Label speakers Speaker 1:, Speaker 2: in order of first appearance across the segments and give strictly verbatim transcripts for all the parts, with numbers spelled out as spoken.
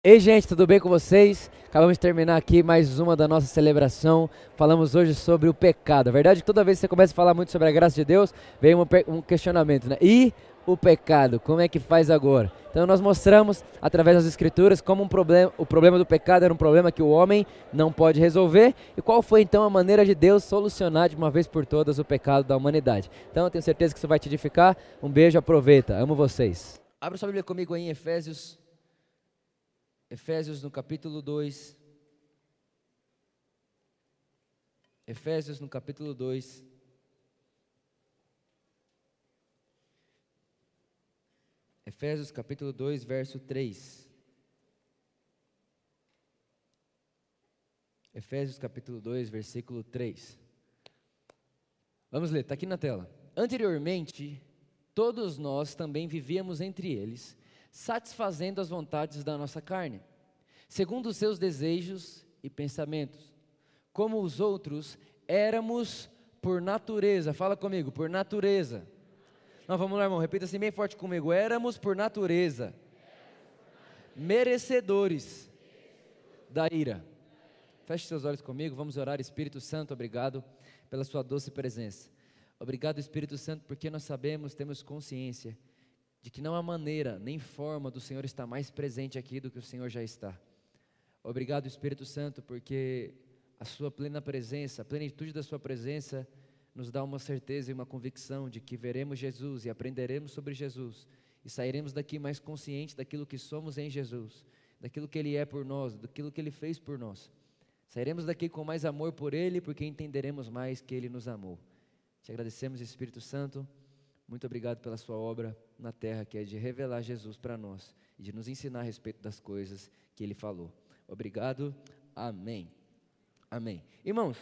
Speaker 1: Ei, gente, tudo bem com vocês? Acabamos de terminar aqui mais uma da nossa celebração. Falamos hoje sobre o pecado. A verdade é que toda vez que você começa a falar muito sobre a graça de Deus, vem um, um questionamento, né? E o pecado, como é que faz agora? Então nós mostramos, através das escrituras, como um problema, o problema do pecado era um problema que o homem não pode resolver, e qual foi então a maneira de Deus solucionar de uma vez por todas o pecado da humanidade. Então eu tenho certeza que isso vai te edificar. Um beijo, aproveita, amo vocês. Abra sua Bíblia comigo aí em Efésios, Efésios no capítulo dois, Efésios no capítulo dois, Efésios capítulo dois, verso três, Efésios capítulo dois, versículo três, vamos ler, está aqui na tela. Anteriormente, todos nós também vivíamos entre eles, satisfazendo as vontades da nossa carne, segundo os seus desejos e pensamentos. Como os outros, éramos por natureza, fala comigo, por natureza. Não, vamos lá, irmão, repita assim bem forte comigo. Éramos por natureza merecedores da ira. Feche seus olhos comigo, vamos orar. Espírito Santo, obrigado pela sua doce presença. Obrigado, Espírito Santo, porque nós sabemos, temos consciência de que não há maneira, nem forma do Senhor estar mais presente aqui do que o Senhor já está. Obrigado, Espírito Santo, porque a sua plena presença, a plenitude da sua presença nos dá uma certeza e uma convicção de que veremos Jesus e aprenderemos sobre Jesus e sairemos daqui mais conscientes daquilo que somos em Jesus, daquilo que Ele é por nós, daquilo que Ele fez por nós. Sairemos daqui com mais amor por Ele, porque entenderemos mais que Ele nos amou. Te agradecemos, Espírito Santo. Muito obrigado pela sua obra na terra, que é de revelar Jesus para nós e de nos ensinar a respeito das coisas que Ele falou. Obrigado, amém, amém. Irmãos,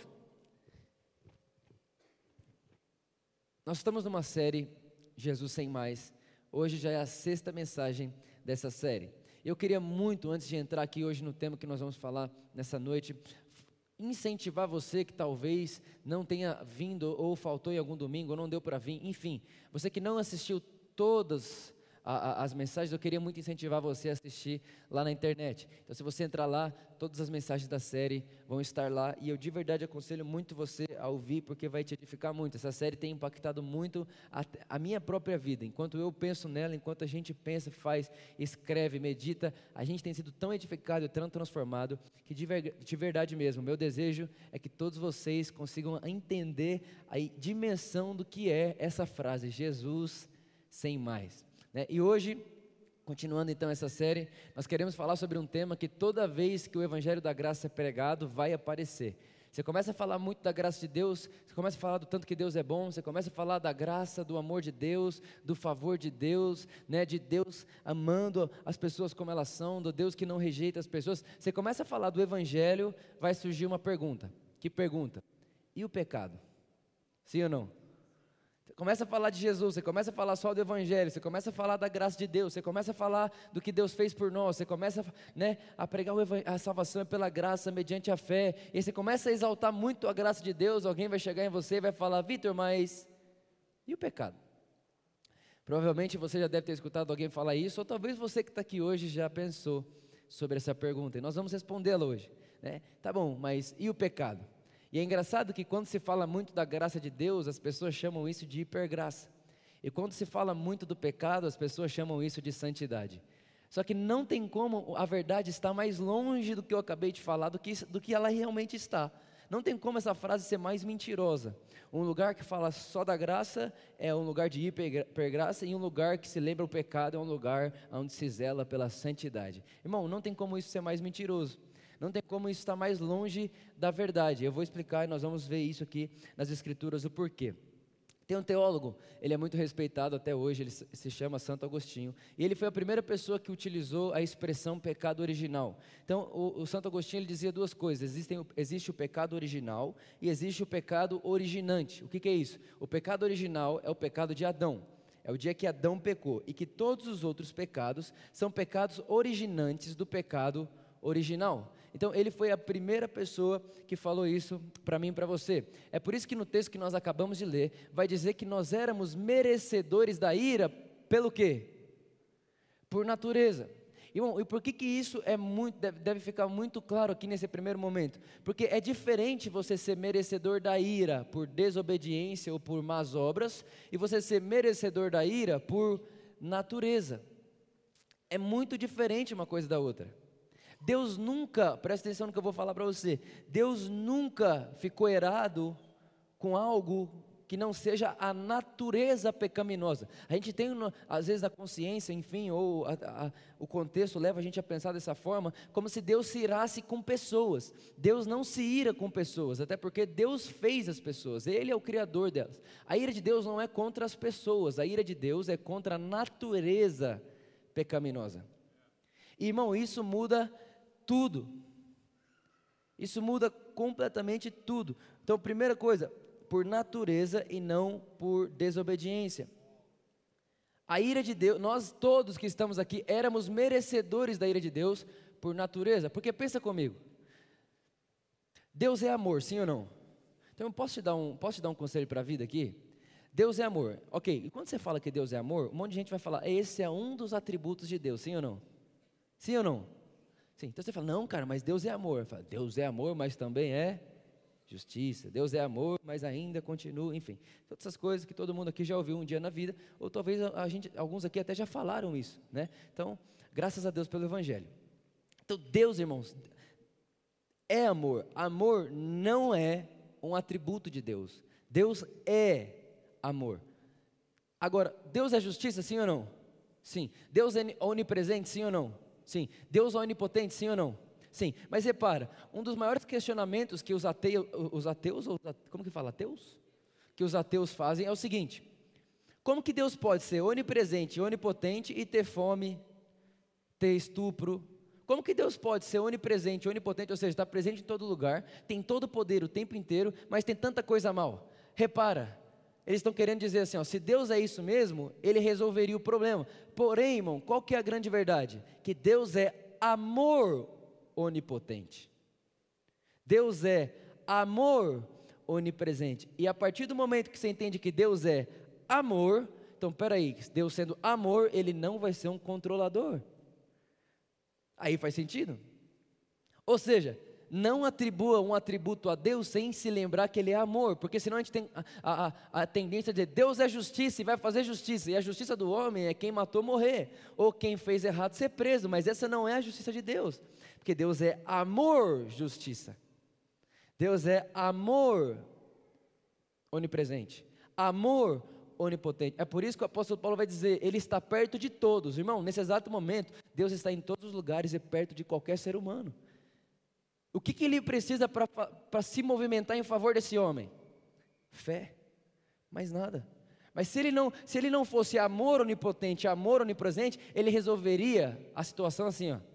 Speaker 1: nós estamos numa série, Jesus Sem Mais. Hoje já é a sexta mensagem dessa série. Eu queria muito, antes de entrar aqui hoje no tema que nós vamos falar nessa noite, incentivar você que talvez não tenha vindo ou faltou em algum domingo ou não deu para vir, enfim, você que não assistiu todas a, a, as mensagens, eu queria muito incentivar você a assistir lá na internet. Então se você entrar lá, todas as mensagens da série vão estar lá, e eu de verdade aconselho muito você a ouvir, porque vai te edificar muito. Essa série tem impactado muito a, a minha própria vida, enquanto eu penso nela, enquanto a gente pensa, faz, escreve, medita, a gente tem sido tão edificado e tão transformado, que de, ver, de verdade mesmo, meu desejo é que todos vocês consigam entender a dimensão do que é essa frase, Jesus sem mais, né? E hoje, continuando então essa série, nós queremos falar sobre um tema que toda vez que o Evangelho da Graça é pregado, vai aparecer. Você começa a falar muito da graça de Deus, você começa a falar do tanto que Deus é bom, você começa a falar da graça, do amor de Deus, do favor de Deus, né, de Deus amando as pessoas como elas são, do Deus que não rejeita as pessoas. Você começa a falar do Evangelho, vai surgir uma pergunta. Que pergunta? E o pecado? Sim ou não? Começa a falar de Jesus, você começa a falar só do Evangelho, você começa a falar da graça de Deus, você começa a falar do que Deus fez por nós, você começa, né, a pregar o a salvação é pela graça, mediante a fé, e você começa a exaltar muito a graça de Deus. Alguém vai chegar em você e vai falar: Vitor, mas e o pecado? Provavelmente você já deve ter escutado alguém falar isso, ou talvez você que está aqui hoje já pensou sobre essa pergunta, e nós vamos respondê-la hoje, né? Tá bom, mas e o pecado? E é engraçado que quando se fala muito da graça de Deus, as pessoas chamam isso de hipergraça. E quando se fala muito do pecado, as pessoas chamam isso de santidade. Só que não tem como a verdade estar mais longe do que eu acabei de falar, do que, do que ela realmente está. Não tem como essa frase ser mais mentirosa. Um lugar que fala só da graça é um lugar de hipergraça, e um lugar que se lembra o pecado é um lugar onde se zela pela santidade. Irmão, não tem como isso ser mais mentiroso. Não tem como isso estar mais longe da verdade. Eu vou explicar e nós vamos ver isso aqui nas Escrituras, o porquê. Tem um teólogo, ele é muito respeitado até hoje, ele se chama Santo Agostinho, e ele foi a primeira pessoa que utilizou a expressão pecado original. Então o, o Santo Agostinho, ele dizia duas coisas: Existem, existe o pecado original e existe o pecado originante. O que, que é isso? O pecado original é o pecado de Adão, é o dia que Adão pecou, e que todos os outros pecados são pecados originantes do pecado original. Então ele foi a primeira pessoa que falou isso para mim e para você. É por isso que no texto que nós acabamos de ler, vai dizer que nós éramos merecedores da ira, pelo quê? Por natureza. Irmão, e por que que isso é muito, deve, deve ficar muito claro aqui nesse primeiro momento? Porque é diferente você ser merecedor da ira por desobediência ou por más obras, e você ser merecedor da ira por natureza. É muito diferente uma coisa da outra. Deus nunca, presta atenção no que eu vou falar para você, Deus nunca ficou irado com algo que não seja a natureza pecaminosa. A gente tem, às vezes, a consciência, enfim, ou a, a, o contexto leva a gente a pensar dessa forma, como se Deus se irasse com pessoas. Deus não se ira com pessoas, até porque Deus fez as pessoas, Ele é o Criador delas. A ira de Deus não é contra as pessoas, a ira de Deus é contra a natureza pecaminosa. E, irmão, isso muda tudo. Isso muda completamente tudo. Então, primeira coisa, por natureza e não por desobediência. A ira de Deus, nós todos que estamos aqui éramos merecedores da ira de Deus por natureza, porque pensa comigo, Deus é amor, sim ou não? Então eu posso te dar um, posso te dar um conselho para a vida aqui? Deus é amor, ok, e quando você fala que Deus é amor, um monte de gente vai falar, esse é um dos atributos de Deus, sim ou não? Sim ou não? Sim, então você fala, não cara, mas Deus é amor, falo, Deus é amor, mas também é justiça, Deus é amor, mas ainda continua, enfim, todas essas coisas que todo mundo aqui já ouviu um dia na vida, ou talvez a gente, alguns aqui até já falaram isso, né? Então, graças a Deus pelo Evangelho. Então, Deus, irmãos, é amor. Amor não é um atributo de Deus. Deus é amor. Agora, Deus é justiça, sim ou não? Sim. Deus é onipresente, sim ou não? Sim. Deus é onipotente, sim ou não? Sim, mas repara, um dos maiores questionamentos que os ateus, os ateus, como que fala, ateus? Que os ateus fazem é o seguinte, como que Deus pode ser onipresente, onipotente e ter fome, ter estupro? Como que Deus pode ser onipresente, onipotente, ou seja, está presente em todo lugar, tem todo o poder o tempo inteiro, mas tem tanta coisa mal? Repara, eles estão querendo dizer assim, ó, se Deus é isso mesmo, Ele resolveria o problema. Porém, irmão, qual que é a grande verdade? Que Deus é amor onipotente. Deus é amor onipresente. E a partir do momento que você entende que Deus é amor, então peraí, Deus sendo amor, Ele não vai ser um controlador. Aí faz sentido? Ou seja, não atribua um atributo a Deus sem se lembrar que Ele é amor, porque senão a gente tem a, a, a tendência de dizer, Deus é justiça e vai fazer justiça, e a justiça do homem é quem matou morrer, ou quem fez errado ser preso, mas essa não é a justiça de Deus, porque Deus é amor, justiça. Deus é amor onipresente, amor onipotente. É por isso que o apóstolo Paulo vai dizer, Ele está perto de todos. Irmão, nesse exato momento, Deus está em todos os lugares e perto de qualquer ser humano. O que, que Ele precisa para se movimentar em favor desse homem? Fé, mais nada. Mas se ele, não, se ele não fosse amor onipotente, amor onipresente, Ele resolveria a situação assim, ó.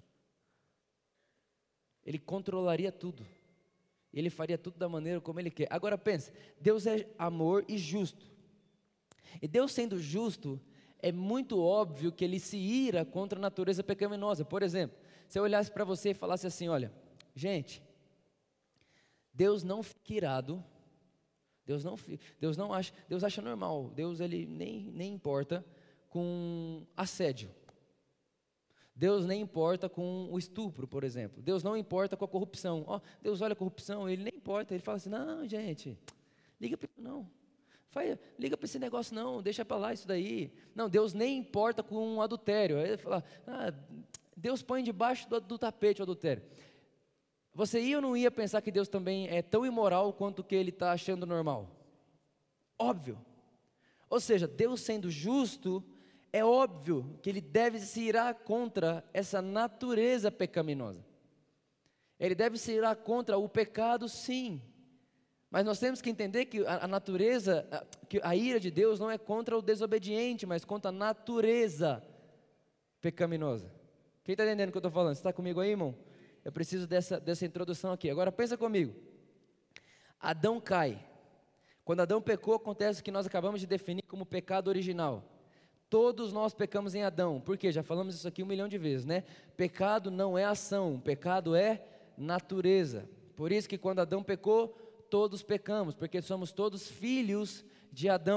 Speaker 1: Ele controlaria tudo. Ele faria tudo da maneira como Ele quer. Agora pensa, Deus é amor e justo. E Deus sendo justo, é muito óbvio que Ele se ira contra a natureza pecaminosa. Por exemplo, se eu olhasse para você e falasse assim, olha, gente, Deus não fica irado, Deus não, Deus não acha, Deus acha normal, Deus Ele nem, nem importa com assédio. Deus nem importa com o estupro, por exemplo. Deus não importa com a corrupção. Oh, Deus olha a corrupção, Ele nem importa. Ele fala assim, não, gente, liga para não. Faz, liga para esse negócio não, deixa para lá isso daí. Não, Deus nem importa com o adultério. Ele fala, ah, Deus põe debaixo do, do tapete o adultério. Você ia ou não ia pensar que Deus também é tão imoral quanto o que Ele está achando normal? Óbvio. Ou seja, Deus sendo justo, é óbvio que Ele deve se irar contra essa natureza pecaminosa. Ele deve se irar contra o pecado, sim. Mas nós temos que entender que a, a natureza, a, que a ira de Deus não é contra o desobediente, mas contra a natureza pecaminosa. Quem está entendendo o que eu estou falando? Você está comigo aí, irmão? Eu preciso dessa, dessa introdução aqui. Agora pensa comigo. Adão cai. Quando Adão pecou, acontece o que nós acabamos de definir como pecado original. Todos nós pecamos em Adão. Por quê? Já falamos isso aqui um milhão de vezes, né? Pecado não é ação, pecado é natureza. Por isso que quando Adão pecou, todos pecamos, porque somos todos filhos de Adão.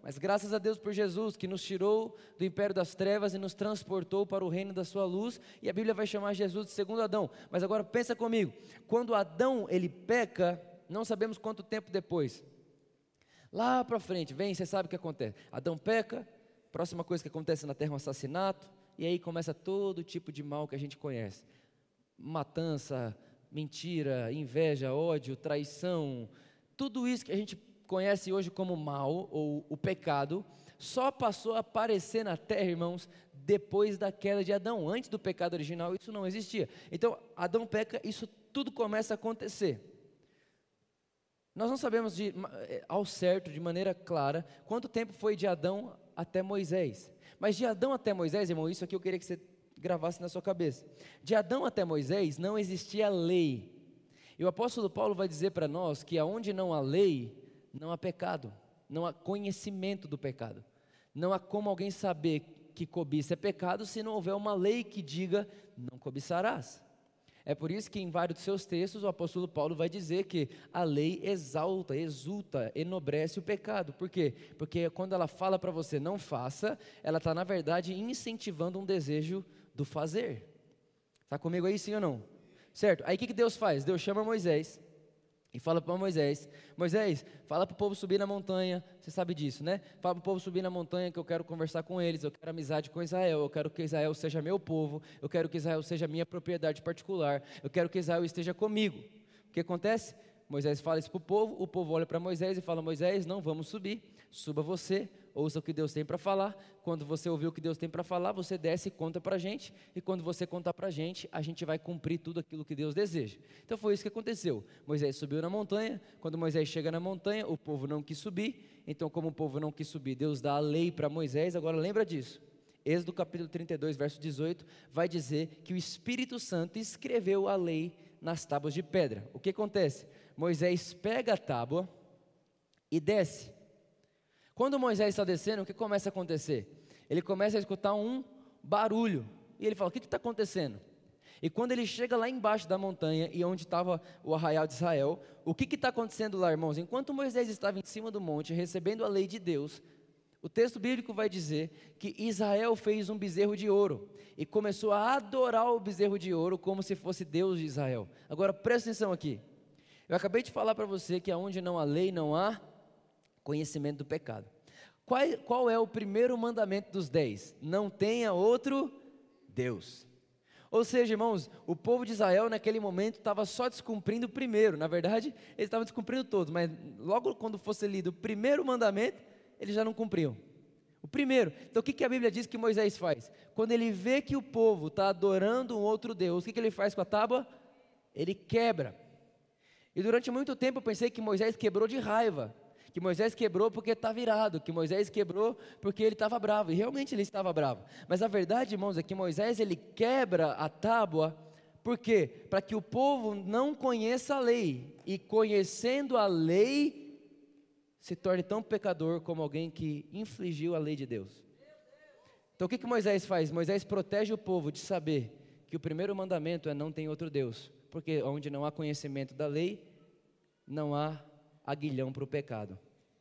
Speaker 1: mas graças a Deus por Jesus, que nos tirou do império das trevas e nos transportou para o reino da sua luz, e a Bíblia vai chamar Jesus de segundo Adão. Mas agora pensa comigo, quando Adão ele peca, não sabemos quanto tempo depois, lá para frente, vem, você sabe o que acontece, Adão peca, próxima coisa que acontece na terra é um assassinato, e aí começa todo tipo de mal que a gente conhece, matança, mentira, inveja, ódio, traição, tudo isso que a gente conhece hoje como mal, ou o pecado, só passou a aparecer na terra, irmãos, depois da queda de Adão. Antes do pecado original isso não existia. Então Adão peca, isso tudo começa a acontecer. Nós não sabemos de, ao certo, de maneira clara, quanto tempo foi de Adão até Moisés, mas de Adão até Moisés, irmão, isso aqui eu queria que você gravasse na sua cabeça, de Adão até Moisés não existia lei, e o apóstolo Paulo vai dizer para nós que aonde não há lei, não há pecado, não há conhecimento do pecado, não há como alguém saber que cobiça é pecado se não houver uma lei que diga, não cobiçarás. É por isso que em vários dos seus textos o apóstolo Paulo vai dizer que a lei exalta, exulta, enobrece o pecado. Por quê? Porque quando ela fala para você não faça, ela está na verdade incentivando um desejo do fazer. Está comigo aí, sim ou não? Certo? Aí o que, que Deus faz? Deus chama Moisés e fala para Moisés, Moisés, fala para o povo subir na montanha, você sabe disso, né? Fala para o povo subir na montanha que eu quero conversar com eles, eu quero amizade com Israel, eu quero que Israel seja meu povo, eu quero que Israel seja minha propriedade particular, eu quero que Israel esteja comigo. O que acontece? Moisés fala isso para o povo, o povo olha para Moisés e fala, Moisés, não vamos subir, suba você, ouça o que Deus tem para falar, quando você ouvir o que Deus tem para falar, você desce e conta para a gente, e quando você contar para a gente, a gente vai cumprir tudo aquilo que Deus deseja. Então foi isso que aconteceu, Moisés subiu na montanha, quando Moisés chega na montanha, o povo não quis subir, então como o povo não quis subir, Deus dá a lei para Moisés, agora lembra disso, Êxodo capítulo trinta e dois, verso dezoito, vai dizer que o Espírito Santo escreveu a lei nas tábuas de pedra. O que acontece? Moisés pega a tábua e desce. Quando Moisés está descendo, o que começa a acontecer? Ele começa a escutar um barulho, e ele fala, o que está acontecendo? E quando ele chega lá embaixo da montanha, e onde estava o arraial de Israel, o que está acontecendo lá, irmãos? Enquanto Moisés estava em cima do monte, recebendo a lei de Deus, o texto bíblico vai dizer que Israel fez um bezerro de ouro, e começou a adorar o bezerro de ouro, como se fosse Deus de Israel. Agora presta atenção aqui, eu acabei de falar para você que aonde não há lei, não há conhecimento do pecado. Qual, qual é o primeiro mandamento dos dez? Não tenha outro Deus. Ou seja, irmãos, o povo de Israel naquele momento estava só descumprindo o primeiro. Na verdade, eles estavam descumprindo todos, mas logo quando fosse lido o primeiro mandamento, eles já não cumpriam. O primeiro. Então o que, que a Bíblia diz que Moisés faz? Quando ele vê que o povo está adorando um outro Deus, o que, que ele faz com a tábua? Ele quebra. E durante muito tempo eu pensei que Moisés quebrou de raiva, que Moisés quebrou porque está virado, que Moisés quebrou porque ele estava bravo, e realmente ele estava bravo, mas a verdade, irmãos, é que Moisés ele quebra a tábua, por quê? Para que o povo não conheça a lei, e conhecendo a lei, se torne tão pecador como alguém que infligiu a lei de Deus. Então o que, que Moisés faz? Moisés protege o povo de saber que o primeiro mandamento é não tem outro Deus, porque onde não há conhecimento da lei, não há aguilhão para o pecado.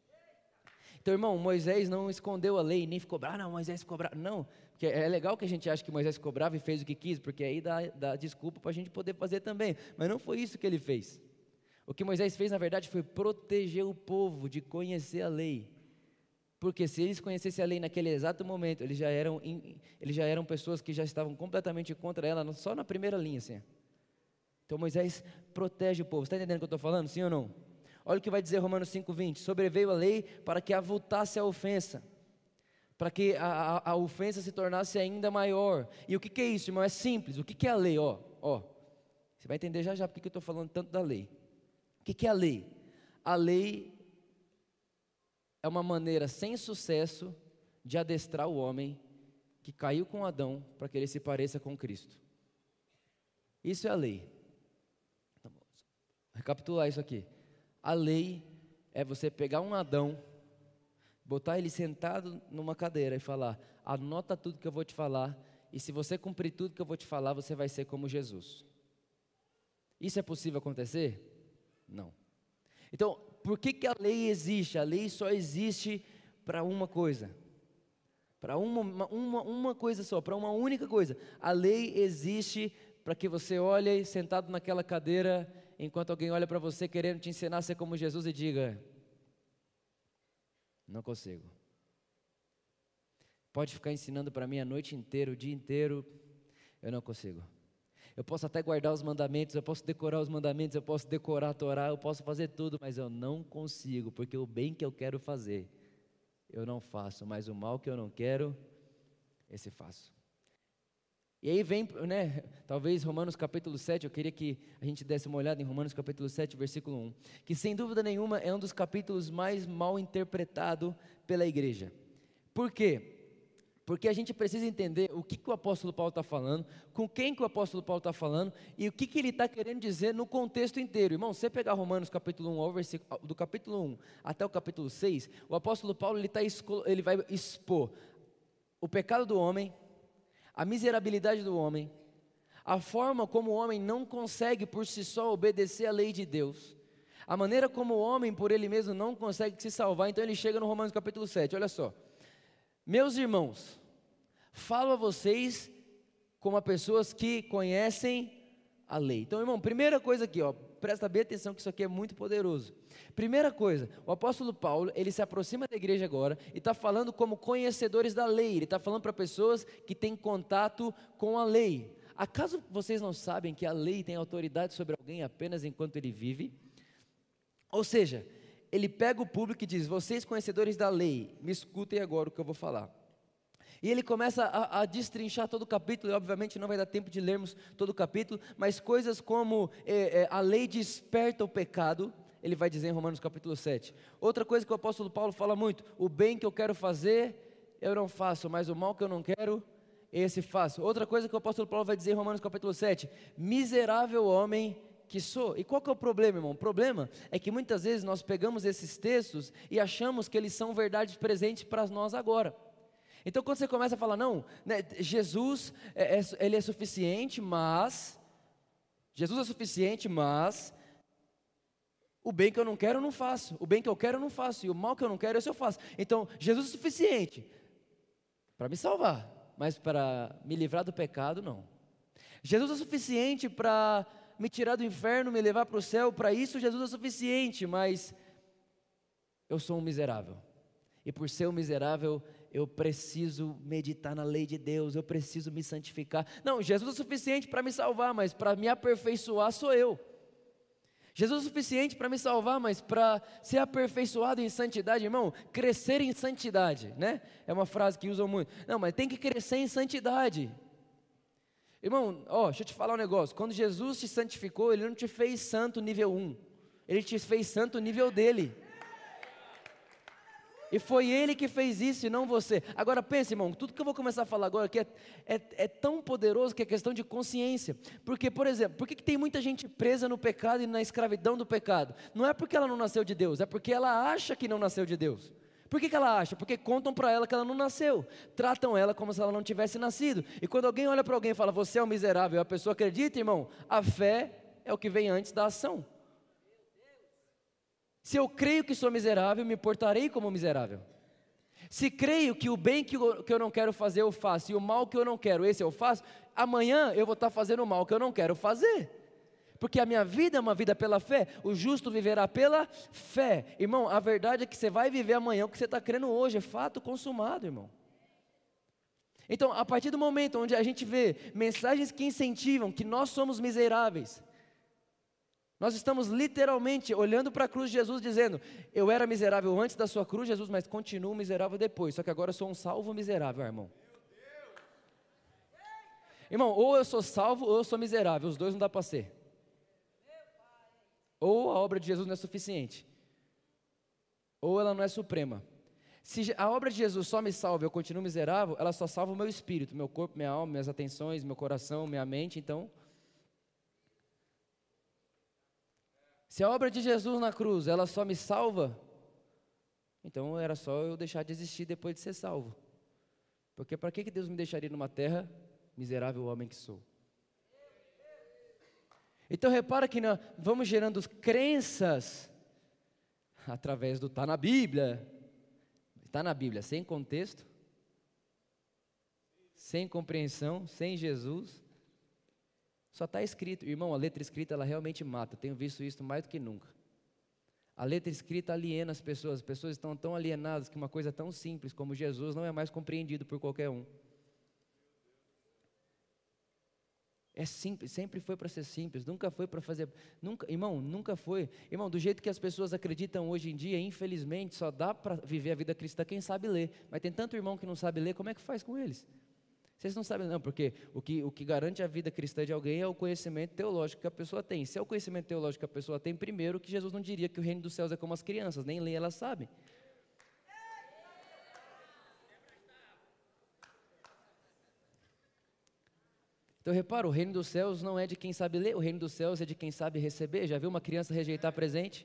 Speaker 1: Então, irmão, Moisés não escondeu a lei, nem ficou bravo, ah, não, Moisés ficou bravo, não, porque é legal que a gente acha que Moisés ficou bravo e fez o que quis, porque aí dá, dá desculpa para a gente poder fazer também, mas não foi isso que ele fez. O que Moisés fez, na verdade, foi proteger o povo de conhecer a lei, porque se eles conhecessem a lei naquele exato momento, eles já eram, eles já eram pessoas que já estavam completamente contra ela, só na primeira linha, assim. Então Moisés protege o povo. Está entendendo o que eu estou falando? Sim ou não? Olha o que vai dizer Romanos cinco, vinte. Sobreveio a lei para que avultasse a ofensa, para que a, a, a ofensa se tornasse ainda maior. E o que, que é isso, irmão? É simples. O que, que é a lei? Ó, ó, você vai entender já já porque que eu estou falando tanto da lei. O que, que é a lei? A lei é uma maneira sem sucesso de adestrar o homem que caiu com Adão para que ele se pareça com Cristo. Isso é a lei. Recapitular isso aqui. A lei é você pegar um Adão, botar ele sentado numa cadeira e falar, anota tudo que eu vou te falar, e se você cumprir tudo que eu vou te falar, você vai ser como Jesus. Isso é possível acontecer? Não. Então, por que, que a lei existe? A lei só existe para uma coisa, para uma, uma, uma coisa só, para uma única coisa. A lei existe para que você olhe sentado naquela cadeira, enquanto alguém olha para você querendo te ensinar a ser como Jesus e diga: não consigo. Pode ficar ensinando para mim a noite inteira, o dia inteiro, eu não consigo. Eu posso até guardar os mandamentos, eu posso decorar os mandamentos, eu posso decorar a Torá, eu posso fazer tudo, mas eu não consigo, porque o bem que eu quero fazer, eu não faço, mas o mal que eu não quero, esse faço. E aí vem, né, talvez Romanos capítulo sete, eu queria que a gente desse uma olhada em Romanos capítulo sete, versículo um, que sem dúvida nenhuma é um dos capítulos mais mal interpretado pela igreja. Por quê? Porque a gente precisa entender o que, que o apóstolo Paulo está falando, com quem que o apóstolo Paulo está falando, e o que, que ele está querendo dizer no contexto inteiro. Irmão, se você pegar Romanos capítulo um, ao versículo, do capítulo um até o capítulo seis, o apóstolo Paulo ele, tá, ele vai expor o pecado do homem, a miserabilidade do homem, a forma como o homem não consegue por si só obedecer à lei de Deus, a maneira como o homem por ele mesmo não consegue se salvar. Então ele chega no Romanos capítulo sete, olha só: meus irmãos, falo a vocês como a pessoas que conhecem a lei. Então, irmão, primeira coisa aqui, ó, presta bem atenção que isso aqui é muito poderoso. Primeira coisa, o apóstolo Paulo, ele se aproxima da igreja agora e está falando como conhecedores da lei. Ele está falando para pessoas que têm contato com a lei. Acaso vocês não sabem que a lei tem autoridade sobre alguém apenas enquanto ele vive? Ou seja, ele pega o público e diz: vocês conhecedores da lei, me escutem agora o que eu vou falar. E ele começa a, a destrinchar todo o capítulo, e obviamente não vai dar tempo de lermos todo o capítulo, mas coisas como é, é, a lei desperta o pecado, ele vai dizer em Romanos capítulo sete. Outra coisa que o apóstolo Paulo fala muito: o bem que eu quero fazer, eu não faço, mas o mal que eu não quero, esse faço. Outra coisa que o apóstolo Paulo vai dizer em Romanos capítulo sete: miserável homem que sou. E qual que é o problema, irmão? O problema é que muitas vezes nós pegamos esses textos e achamos que eles são verdades presentes para nós agora. Então quando você começa a falar: não, né, Jesus é, é, ele é suficiente, mas Jesus é suficiente, mas o bem que eu não quero eu não faço, o bem que eu quero eu não faço, e o mal que eu não quero esse eu faço. Então Jesus é suficiente para me salvar, mas para me livrar do pecado não. Jesus é suficiente para me tirar do inferno, me levar para o céu, para isso Jesus é suficiente, mas eu sou um miserável, e por ser um miserável eu preciso meditar na lei de Deus, eu preciso me santificar. Não, Jesus é suficiente para me salvar, mas para me aperfeiçoar sou eu. Jesus é suficiente para me salvar, mas para ser aperfeiçoado em santidade, irmão, crescer em santidade, né? É uma frase que usam muito. Não, mas tem que crescer em santidade. Irmão, ó, deixa eu te falar um negócio. Quando Jesus te santificou, Ele não te fez santo nível um, Ele te fez santo nível dele. E foi Ele que fez isso e não você. Agora pense, irmão, tudo que eu vou começar a falar agora aqui é, é, é tão poderoso que é questão de consciência. Porque, por exemplo, por que, que tem muita gente presa no pecado e na escravidão do pecado? Não é porque ela não nasceu de Deus, é porque ela acha que não nasceu de Deus. Por que, que ela acha? Porque contam para ela que ela não nasceu, tratam ela como se ela não tivesse nascido. E quando alguém olha para alguém e fala: você é um miserável, e a pessoa acredita, irmão, a fé é o que vem antes da ação. Se eu creio que sou miserável, me portarei como miserável. Se creio que o bem que eu, que eu não quero fazer eu faço, e o mal que eu não quero, esse eu faço, amanhã eu vou estar fazendo o mal que eu não quero fazer. Porque a minha vida é uma vida pela fé, o justo viverá pela fé. Irmão, a verdade é que você vai viver amanhã o que você está crendo hoje, é fato consumado, irmão. Então, a partir do momento onde a gente vê mensagens que incentivam que nós somos miseráveis, nós estamos literalmente olhando para a cruz de Jesus dizendo: eu era miserável antes da sua cruz, Jesus, mas continuo miserável depois, só que agora eu sou um salvo miserável, irmão. Irmão, ou eu sou salvo ou eu sou miserável, os dois não dá para ser. Ou a obra de Jesus não é suficiente, ou ela não é suprema. Se a obra de Jesus só me salva e eu continuo miserável, ela só salva o meu espírito, meu corpo, minha alma, minhas atenções, meu coração, minha mente. Então, se a obra de Jesus na cruz, ela só me salva, então era só eu deixar de existir depois de ser salvo. Porque para que Deus me deixaria numa terra, miserável homem que sou? Então repara que nós vamos gerando crenças, através do tá na Bíblia, está na Bíblia sem contexto, sem compreensão, sem Jesus, só está escrito. Irmão, a letra escrita ela realmente mata, eu tenho visto isso mais do que nunca. A letra escrita aliena as pessoas, as pessoas estão tão alienadas que uma coisa tão simples como Jesus não é mais compreendido por qualquer um. É simples, sempre foi para ser simples, nunca foi para fazer, nunca, irmão, nunca foi. Irmão, do jeito que as pessoas acreditam hoje em dia, infelizmente, só dá para viver a vida cristã quem sabe ler. Mas tem tanto irmão que não sabe ler, como é que faz com eles? Vocês não sabem não, porque o que, o que garante a vida cristã de alguém é o conhecimento teológico que a pessoa tem. Se é o conhecimento teológico que a pessoa tem, primeiro que Jesus não diria que o reino dos céus é como as crianças, nem ler elas sabem. Então repara, o reino dos céus não é de quem sabe ler, o reino dos céus é de quem sabe receber. Já viu uma criança rejeitar presente?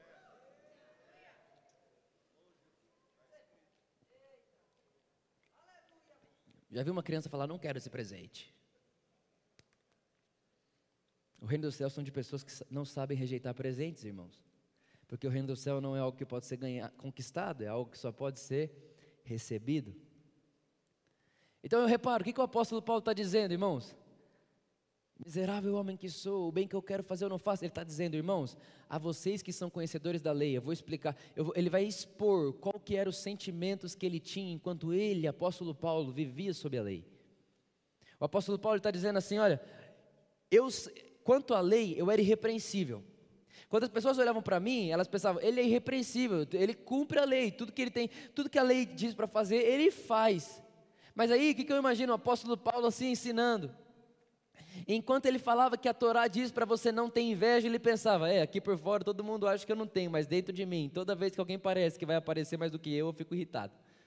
Speaker 1: Já viu uma criança falar, não quero esse presente? O reino dos céus são de pessoas que não sabem rejeitar presentes, irmãos. Porque o reino do céu não é algo que pode ser ganhar, conquistado, é algo que só pode ser recebido. Então eu reparo, o que, que o apóstolo Paulo está dizendo, irmãos? Miserável homem que sou, o bem que eu quero fazer eu não faço. Ele está dizendo, irmãos, a vocês que são conhecedores da lei, eu vou explicar, eu vou, ele vai expor qual que eram os sentimentos que ele tinha enquanto ele, apóstolo Paulo, vivia sob a lei. O apóstolo Paulo está dizendo assim, olha, eu, quanto à lei, eu era irrepreensível. Quando as pessoas olhavam para mim, elas pensavam, ele é irrepreensível, ele cumpre a lei, tudo que ele tem, tudo que a lei diz para fazer, ele faz. Mas aí, o que, que eu imagino o apóstolo Paulo assim ensinando? Enquanto ele falava que a Torá diz para você não ter inveja, ele pensava, é, aqui por fora todo mundo acha que eu não tenho, mas dentro de mim, toda vez que alguém parece que vai aparecer mais do que eu, eu fico irritado.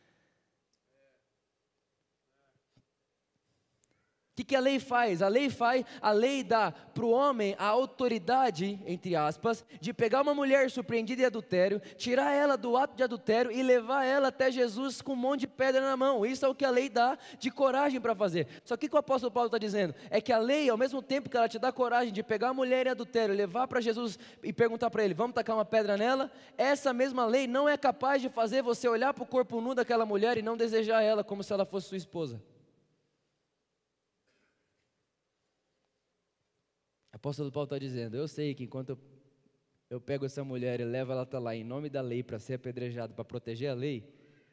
Speaker 1: O que, que a lei faz? A lei faz, a lei dá para o homem a autoridade, entre aspas, de pegar uma mulher surpreendida em adultério, tirar ela do ato de adultério e levar ela até Jesus com um monte de pedra na mão. Isso é o que a lei dá de coragem para fazer. Só que o que o apóstolo Paulo está dizendo? É que a lei, ao mesmo tempo que ela te dá coragem de pegar a mulher em adultério, levar para Jesus e perguntar para ele, vamos tacar uma pedra nela? Essa mesma lei não é capaz de fazer você olhar para o corpo nu daquela mulher e não desejar ela como se ela fosse sua esposa. O apóstolo Paulo está dizendo, eu sei que enquanto eu, eu pego essa mulher e levo ela até lá em nome da lei para ser apedrejado, para proteger a lei,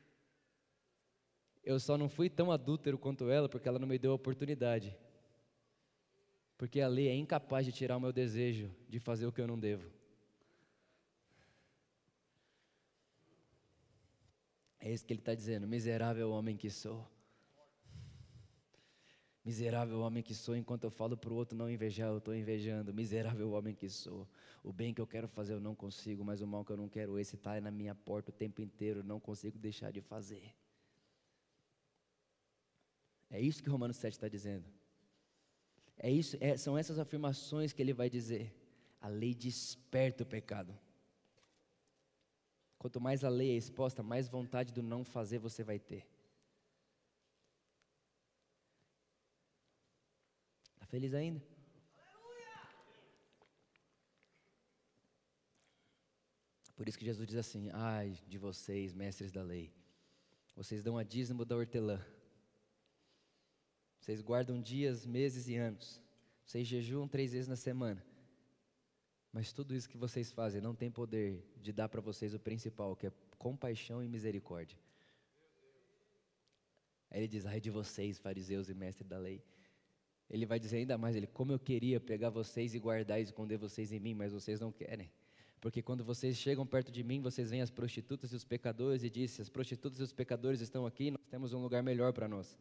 Speaker 1: eu só não fui tão adúltero quanto ela porque ela não me deu a oportunidade. Porque a lei é incapaz de tirar o meu desejo de fazer o que eu não devo. É isso que ele está dizendo, miserável homem que sou. Miserável homem que sou, enquanto eu falo para o outro não invejar, eu estou invejando. Miserável homem que sou, o bem que eu quero fazer eu não consigo, mas o mal que eu não quero, esse está na minha porta o tempo inteiro, eu não consigo deixar de fazer. É isso que Romanos sete está dizendo. É isso, é, são essas afirmações que ele vai dizer. A lei desperta o pecado. Quanto mais a lei é exposta, mais vontade do não fazer você vai ter. Feliz ainda? Por isso que Jesus diz assim, ai de vocês, mestres da lei, vocês dão a dízimo da hortelã, vocês guardam dias, meses e anos, vocês jejuam três vezes na semana, mas tudo isso que vocês fazem não tem poder de dar para vocês o principal, que é compaixão e misericórdia. Aí ele diz, ai de vocês, fariseus e mestres da lei. Ele vai dizer ainda mais, ele, como eu queria pegar vocês e guardar e esconder vocês em mim, mas vocês não querem. Porque quando vocês chegam perto de mim, vocês veem as prostitutas e os pecadores e dizem, as prostitutas e os pecadores estão aqui, nós temos um lugar melhor para nós.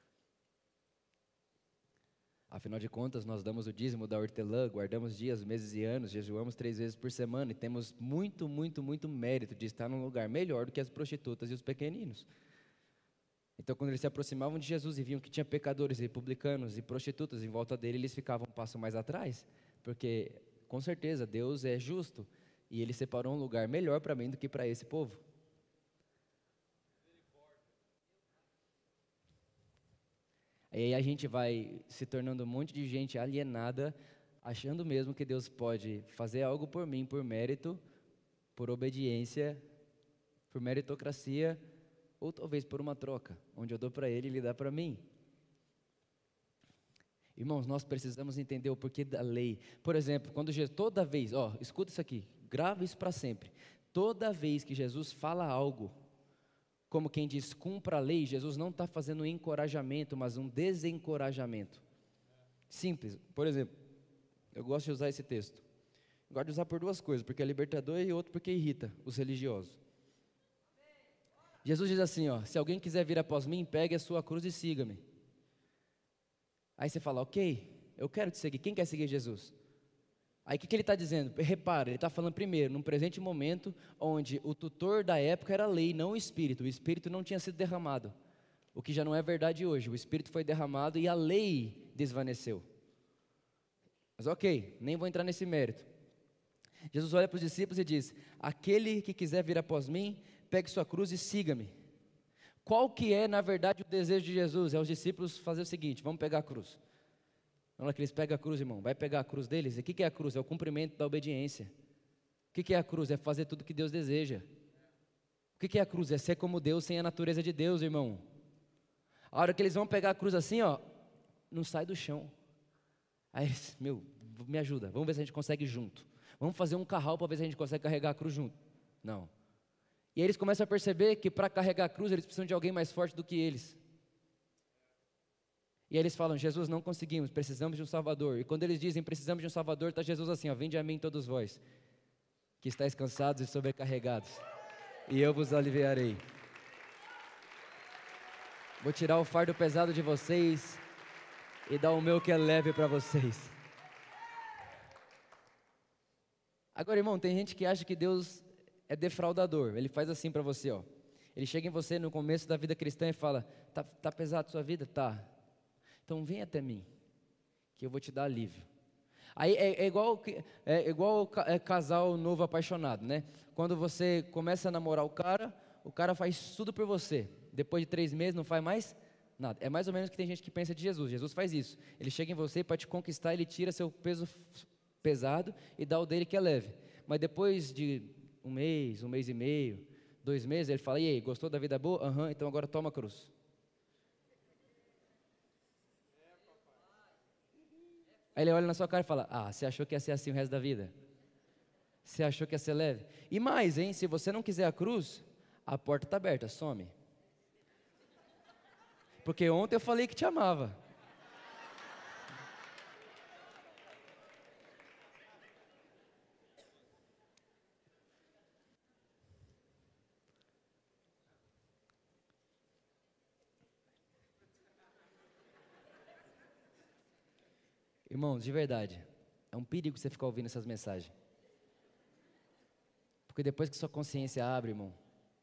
Speaker 1: Afinal de contas, nós damos o dízimo da hortelã, guardamos dias, meses e anos, jejuamos três vezes por semana e temos muito, muito, muito mérito de estar num lugar melhor do que as prostitutas e os pequeninos. Então, quando eles se aproximavam de Jesus e viam que tinha pecadores e publicanos e prostitutas em volta dele, eles ficavam um passo mais atrás, porque, com certeza, Deus é justo e Ele separou um lugar melhor para mim do que para esse povo. Aí a gente vai se tornando um monte de gente alienada, achando mesmo que Deus pode fazer algo por mim, por mérito, por obediência, por meritocracia, ou talvez por uma troca, onde eu dou para ele e ele dá para mim. Irmãos, nós precisamos entender o porquê da lei. Por exemplo, quando Jesus, toda vez, ó, escuta isso aqui, grava isso para sempre. Toda vez que Jesus fala algo, como quem diz, cumpra a lei, Jesus não está fazendo um encorajamento, mas um desencorajamento. Simples. Por exemplo, eu gosto de usar esse texto. Eu gosto de usar por duas coisas, porque é libertador e outro porque irrita os religiosos. Jesus diz assim, ó, se alguém quiser vir após mim, pegue a sua cruz e siga-me. Aí você fala, ok, eu quero te seguir. Quem quer seguir Jesus? Aí o que, que ele está dizendo? Repara, ele está falando primeiro, num presente momento, onde o tutor da época era a lei, não o Espírito. O Espírito não tinha sido derramado, o que já não é verdade hoje. O Espírito foi derramado e a lei desvaneceu. Mas ok, nem vou entrar nesse mérito. Jesus olha para os discípulos e diz, aquele que quiser vir após mim, pegue sua cruz e siga-me. Qual que é, na verdade, o desejo de Jesus? É os discípulos fazer o seguinte, vamos pegar a cruz. Na hora que eles pegam a cruz, irmão, vai pegar a cruz deles? E o que, que é a cruz? É o cumprimento da obediência. O que, que é a cruz? É fazer tudo que Deus deseja. O que, que é a cruz? É ser como Deus, sem a natureza de Deus, irmão. A hora que eles vão pegar a cruz assim, ó, não sai do chão. Aí eles, meu, me ajuda, vamos ver se a gente consegue junto. Vamos fazer um carral para ver se a gente consegue carregar a cruz junto. Não. E aí eles começam a perceber que para carregar a cruz, eles precisam de alguém mais forte do que eles. E aí eles falam, Jesus, não conseguimos, precisamos de um Salvador. E quando eles dizem, precisamos de um Salvador, está Jesus assim, ó, vinde a mim todos vós, que estáis cansados e sobrecarregados, e eu vos aliviarei. Vou tirar o fardo pesado de vocês e dar o meu que é leve para vocês. Agora, irmão, tem gente que acha que Deus é defraudador. Ele faz assim para você, ó. Ele chega em você no começo da vida cristã e fala, tá, tá pesado a sua vida? Tá. Então vem até mim, que eu vou te dar alívio. Aí é, é igual, é igual é, casal novo apaixonado, né? Quando você começa a namorar o cara, o cara faz tudo por você. Depois de três meses não faz mais nada. É mais ou menos o que tem gente que pensa de Jesus. Jesus faz isso. Ele chega em você para te conquistar, ele tira seu peso pesado e dá o dele que é leve. Mas depois de um mês, um mês e meio, dois meses, ele fala, e aí, gostou da vida boa? Aham, uhum, então agora toma a cruz. Aí ele olha na sua cara e fala, ah, você achou que ia ser assim o resto da vida? Você achou que ia ser leve? E mais, hein, se você não quiser a cruz, a porta está aberta, some. Porque ontem eu falei que te amava. Irmãos, de verdade, é um perigo você ficar ouvindo essas mensagens. Porque depois que sua consciência abre, irmão,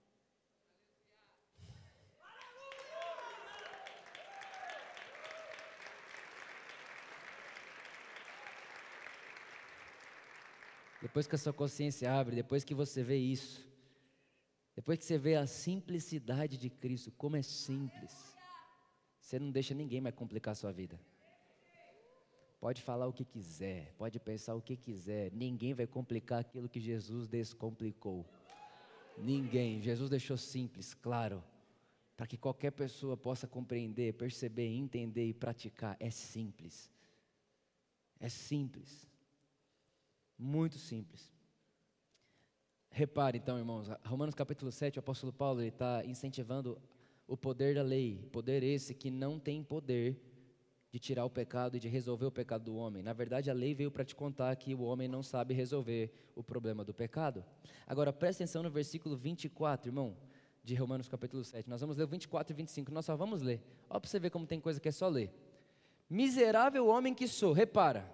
Speaker 1: depois que a sua consciência abre, depois que você vê isso, depois que você vê a simplicidade de Cristo, como é simples, você não deixa ninguém mais complicar a sua vida. Pode falar o que quiser, pode pensar o que quiser, ninguém vai complicar aquilo que Jesus descomplicou. Ninguém. Jesus deixou simples, claro, para que qualquer pessoa possa compreender, perceber, entender e praticar. É simples. É simples. Muito simples. Repare então, irmãos, Romanos capítulo sete, o apóstolo Paulo está incentivando o poder da lei, poder esse que não tem poder de tirar o pecado e de resolver o pecado do homem. Na verdade, a lei veio para te contar que o homem não sabe resolver o problema do pecado. Agora, presta atenção no versículo vinte e quatro, irmão, de Romanos capítulo sete. Nós vamos ler o vinte e quatro e vinte e cinco, nós só vamos ler. Olha para você ver como tem coisa que é só ler. Miserável homem que sou, repara.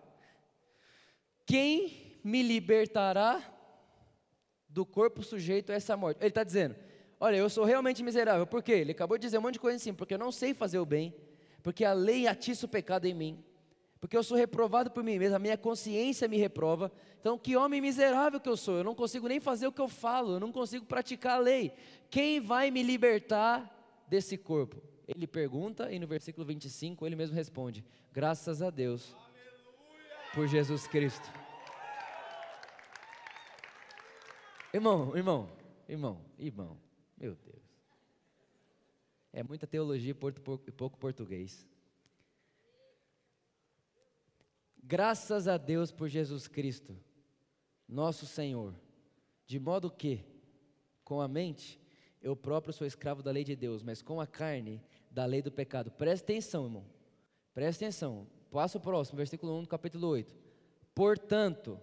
Speaker 1: Quem me libertará do corpo sujeito a essa morte? Ele está dizendo, olha, eu sou realmente miserável. Por quê? Ele acabou de dizer um monte de coisa assim, porque eu não sei fazer o bem, porque a lei atiça o pecado em mim, porque eu sou reprovado por mim mesmo, a minha consciência me reprova. Então, que homem miserável que eu sou, eu não consigo nem fazer o que eu falo, eu não consigo praticar a lei. Quem vai me libertar desse corpo? Ele pergunta e no versículo vinte e cinco ele mesmo responde, graças a Deus, por Jesus Cristo. Irmão, irmão, irmão, irmão, meu Deus. É muita teologia e pouco português. Graças a Deus por Jesus Cristo, nosso Senhor, de modo que, com a mente, eu próprio sou escravo da lei de Deus, mas com a carne, da lei do pecado. Presta atenção, irmão. Presta atenção. Passa o próximo, versículo um do capítulo oito. Portanto,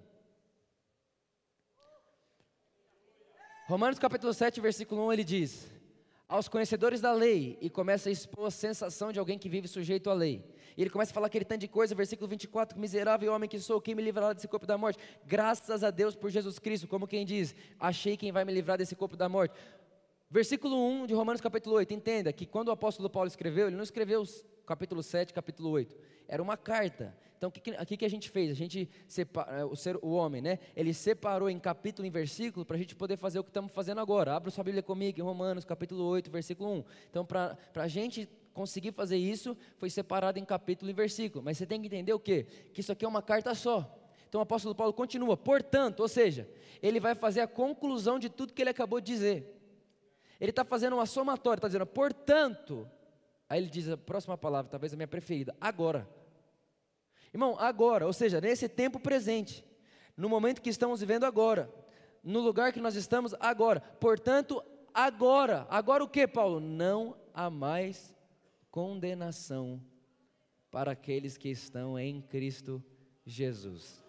Speaker 1: Romanos capítulo sete, versículo um, ele diz: aos conhecedores da lei, e começa a expor a sensação de alguém que vive sujeito à lei. E ele começa a falar aquele tanto de coisa, versículo vinte e quatro, miserável homem que sou, quem me livrará desse corpo da morte? Graças a Deus por Jesus Cristo, como quem diz, achei quem vai me livrar desse corpo da morte. Versículo um de Romanos capítulo oito, entenda que quando o apóstolo Paulo escreveu, ele não escreveu capítulo sete, capítulo oito, era uma carta. Então o que, que, que a gente fez? A gente, separa, o, ser, o homem, né? Ele separou em capítulo, em versículo, para a gente poder fazer o que estamos fazendo agora. Abra sua Bíblia comigo em Romanos capítulo oito, versículo um. Então para a gente conseguir fazer isso, foi separado em capítulo e versículo. Mas você tem que entender o quê? Que isso aqui é uma carta só. Então o apóstolo Paulo continua, portanto, ou seja, ele vai fazer a conclusão de tudo que ele acabou de dizer. Ele está fazendo uma somatória, está dizendo, portanto, aí ele diz a próxima palavra, talvez a minha preferida, agora. Irmão, agora, ou seja, nesse tempo presente, no momento que estamos vivendo agora, no lugar que nós estamos agora, portanto, agora, agora o que, Paulo? Não há mais condenação para aqueles que estão em Cristo Jesus.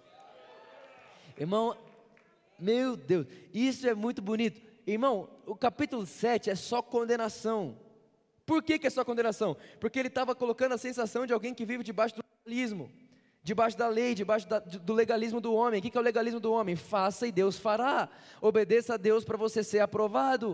Speaker 1: Irmão, meu Deus, isso é muito bonito. Irmão, o capítulo sete é só condenação. Por que que é só condenação? Porque ele estava colocando a sensação de alguém que vive debaixo do legalismo, debaixo da lei, debaixo da, do legalismo do homem. O que que é o legalismo do homem? Faça e Deus fará. Obedeça a Deus para você ser aprovado.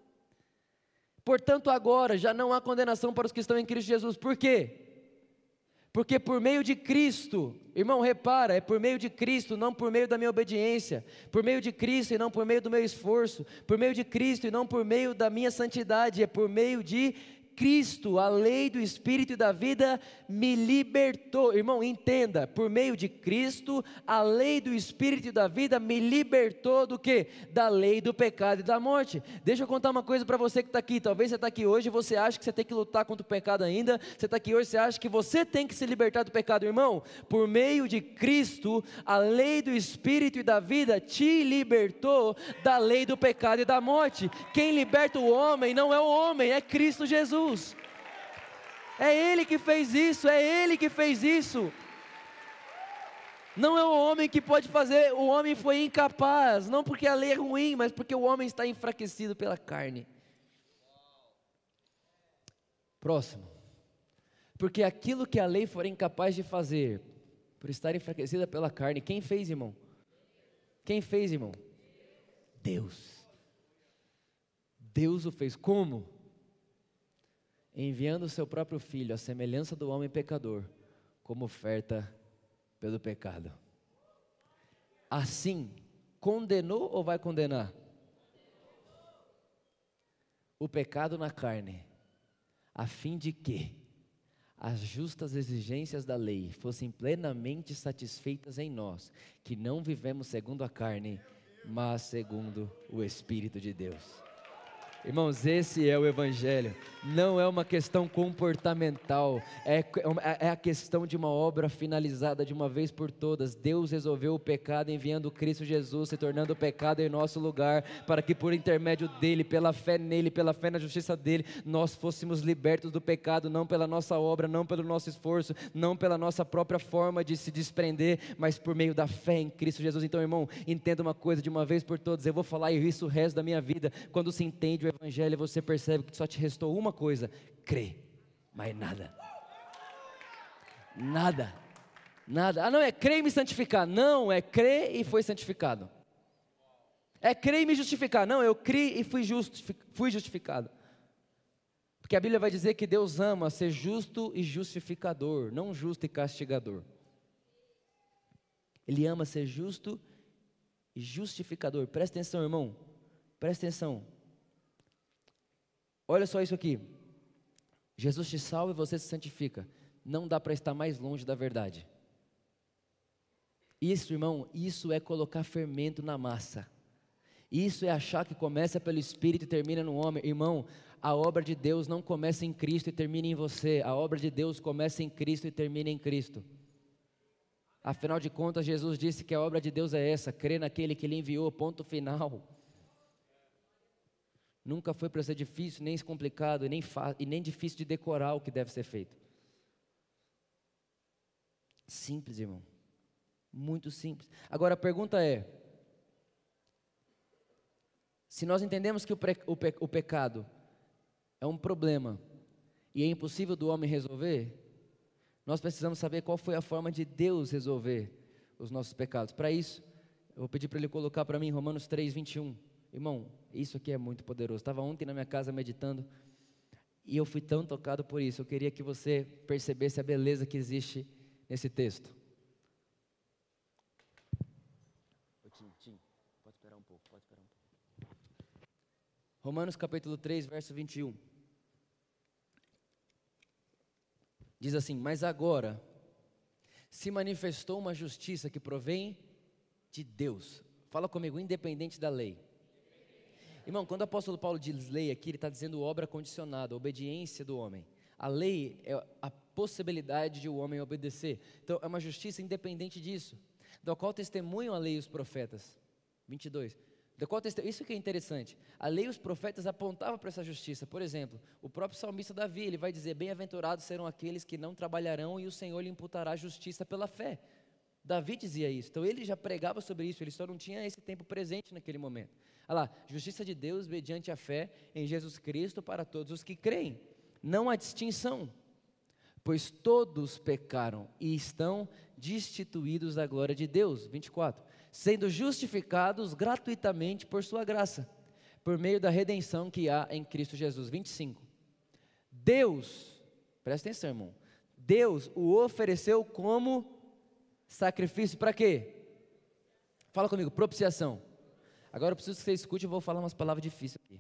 Speaker 1: Portanto, agora já não há condenação para os que estão em Cristo Jesus. Por quê? Porque por meio de Cristo, irmão, repara, é por meio de Cristo, não por meio da minha obediência, por meio de Cristo e não por meio do meu esforço, por meio de Cristo e não por meio da minha santidade, é por meio de Cristo, a lei do Espírito e da vida me libertou. Irmão, entenda, por meio de Cristo, a lei do Espírito e da vida me libertou do quê? Da lei do pecado e da morte. Deixa eu contar uma coisa para você que está aqui, talvez você está aqui hoje e você acha que você tem que lutar contra o pecado ainda, você está aqui hoje e você acha que você tem que se libertar do pecado. Irmão, por meio de Cristo, a lei do Espírito e da vida te libertou da lei do pecado e da morte. Quem liberta o homem não é o homem, é Cristo Jesus. É Ele que fez isso, é Ele que fez isso. Não é o homem que pode fazer, o homem foi incapaz, não porque a lei é ruim, mas porque o homem está enfraquecido pela carne. Próximo. Porque aquilo que a lei for incapaz de fazer, por estar enfraquecida pela carne, quem fez, irmão? Quem fez, irmão? Deus. Deus o fez. Como? Enviando o seu próprio Filho, à semelhança do homem pecador, como oferta pelo pecado. Assim, condenou ou vai condenar? O pecado na carne, a fim de que as justas exigências da lei fossem plenamente satisfeitas em nós, que não vivemos segundo a carne, mas segundo o Espírito de Deus. Irmãos, esse é o Evangelho, não é uma questão comportamental, é, é a questão de uma obra finalizada de uma vez por todas. Deus resolveu o pecado enviando Cristo Jesus, se tornando pecado em nosso lugar, para que por intermédio dele, pela fé nele, pela fé na justiça dele, nós fôssemos libertos do pecado, não pela nossa obra, não pelo nosso esforço, não pela nossa própria forma de se desprender, mas por meio da fé em Cristo Jesus. Então, irmão, entenda uma coisa de uma vez por todas, eu vou falar isso o resto da minha vida. Quando se entende o Evangelho, você percebe que só te restou uma coisa: crer, mais nada, nada, nada. Ah, não, é crer e me santificar. Não, é crer e foi santificado. É crer e me justificar. Não, eu criei e fui, justific, fui justificado. Porque a Bíblia vai dizer que Deus ama ser justo e justificador, não justo e castigador. Ele ama ser justo e justificador. Presta atenção, irmão, presta atenção. Olha só isso aqui, Jesus te salva e você se santifica, não dá para estar mais longe da verdade. Isso, irmão, isso é colocar fermento na massa. Isso é achar que começa pelo Espírito e termina no homem. Irmão, a obra de Deus não começa em Cristo e termina em você. A obra de Deus começa em Cristo e termina em Cristo. Afinal de contas, Jesus disse que a obra de Deus é essa, crer naquele que Ele enviou, ponto final. Nunca foi para ser difícil, nem complicado, e nem, e nem difícil de decorar o que deve ser feito. Simples, irmão. Muito simples. Agora a pergunta é, se nós entendemos que o, pre, o, pe, o pecado é um problema e é impossível do homem resolver, nós precisamos saber qual foi a forma de Deus resolver os nossos pecados. Para isso, eu vou pedir para ele colocar para mim Romanos três, vinte e um. Irmão, isso aqui é muito poderoso. Estava ontem na minha casa meditando e eu fui tão tocado por isso. Eu queria que você percebesse a beleza que existe nesse texto. Ô, Tim, Tim, pode esperar um pouco, pode esperar um pouco. Romanos capítulo três, verso vinte e um. Diz assim: mas agora se manifestou uma justiça que provém de Deus. Fala comigo, independente da lei. Irmão, quando o apóstolo Paulo diz lei aqui, ele está dizendo obra condicionada, obediência do homem. A lei é a possibilidade de o homem obedecer. Então, é uma justiça independente disso. Do qual testemunham a lei e os profetas. vinte e dois. Do qual testemunham, isso que é interessante. A lei e os profetas apontavam para essa justiça. Por exemplo, o próprio salmista Davi, ele vai dizer: bem-aventurados serão aqueles que não trabalharão e o Senhor lhe imputará justiça pela fé. Davi dizia isso. Então, ele já pregava sobre isso, ele só não tinha esse tempo presente naquele momento. Olha lá, justiça de Deus mediante a fé em Jesus Cristo para todos os que creem. Não há distinção, pois todos pecaram e estão destituídos da glória de Deus. vinte e quatro. Sendo justificados gratuitamente por sua graça, por meio da redenção que há em Cristo Jesus. vinte e cinco. Deus, presta atenção, irmão, Deus o ofereceu como sacrifício para quê? Fala comigo, propiciação. Agora eu preciso que você escute, eu vou falar umas palavras difíceis aqui.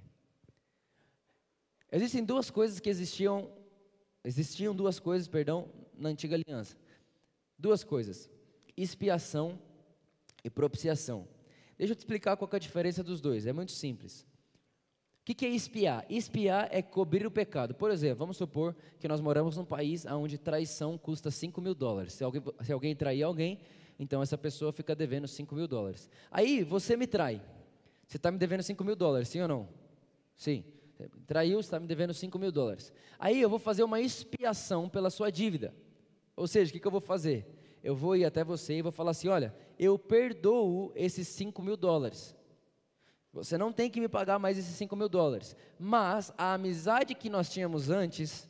Speaker 1: Existem duas coisas que existiam, existiam duas coisas, perdão, na antiga aliança. Duas coisas, expiação e propiciação. Deixa eu te explicar qual que é a diferença dos dois, é muito simples. O que, que é expiar? Expiar é cobrir o pecado. Por exemplo, vamos supor que nós moramos num país onde traição custa cinco mil dólares. Se alguém, se alguém trair alguém, então essa pessoa fica devendo cinco mil dólares. Aí você me trai. Você está me devendo cinco mil dólares, sim ou não? Sim. Você traiu, você está me devendo cinco mil dólares. Aí eu vou fazer uma expiação pela sua dívida. Ou seja, o que, que eu vou fazer? Eu vou ir até você e vou falar assim: olha, eu perdoo esses cinco mil dólares. Você não tem que me pagar mais esses cinco mil dólares. Mas a amizade que nós tínhamos antes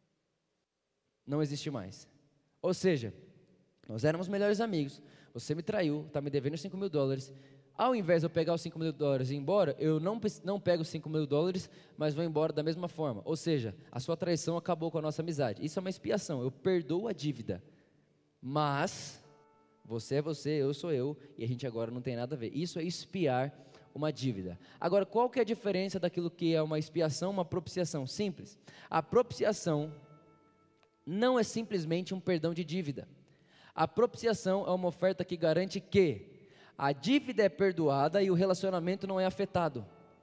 Speaker 1: não existe mais. Ou seja, nós éramos melhores amigos. Você me traiu, está me devendo cinco mil dólares. Ao invés de eu pegar os cinco mil dólares e ir embora, eu não, não pego os cinco mil dólares, mas vou embora da mesma forma. Ou seja, a sua traição acabou com a nossa amizade. Isso é uma expiação, eu perdoo a dívida. Mas, você é você, eu sou eu, e a gente agora não tem nada a ver. Isso é expiar uma dívida. Agora, qual que é a diferença daquilo que é uma expiação, uma propiciação? Simples. A propiciação não é simplesmente um perdão de dívida. A propiciação é uma oferta que garante que a dívida é perdoada e o relacionamento não é afetado.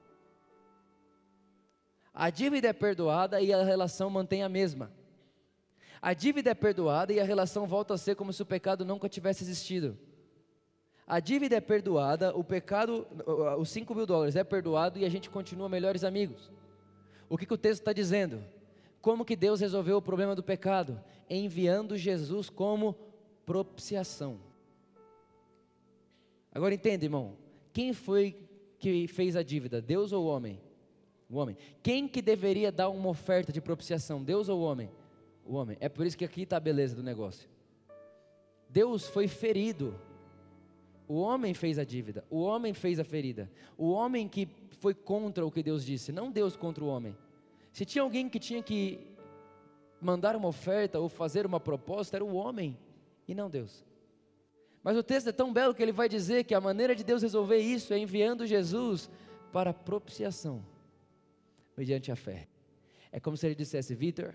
Speaker 1: A dívida é perdoada e a relação mantém a mesma. A dívida é perdoada e a relação volta a ser como se o pecado nunca tivesse existido. A dívida é perdoada, o pecado, os cinco mil dólares é perdoado e a gente continua melhores amigos. O que, que o texto está dizendo? Como que Deus resolveu o problema do pecado? Enviando Jesus como propiciação. Agora entenda, irmão, quem foi que fez a dívida, Deus ou o homem? O homem. Quem que deveria dar uma oferta de propiciação, Deus ou o homem? O homem. É por isso que aqui está a beleza do negócio. Deus foi ferido, o homem fez a dívida, o homem fez a ferida, o homem que foi contra o que Deus disse, não Deus contra o homem. Se tinha alguém que tinha que mandar uma oferta ou fazer uma proposta, era o homem e não Deus. Mas o texto é tão belo que ele vai dizer que a maneira de Deus resolver isso é enviando Jesus para propiciação, mediante a fé. É como se ele dissesse: Vitor,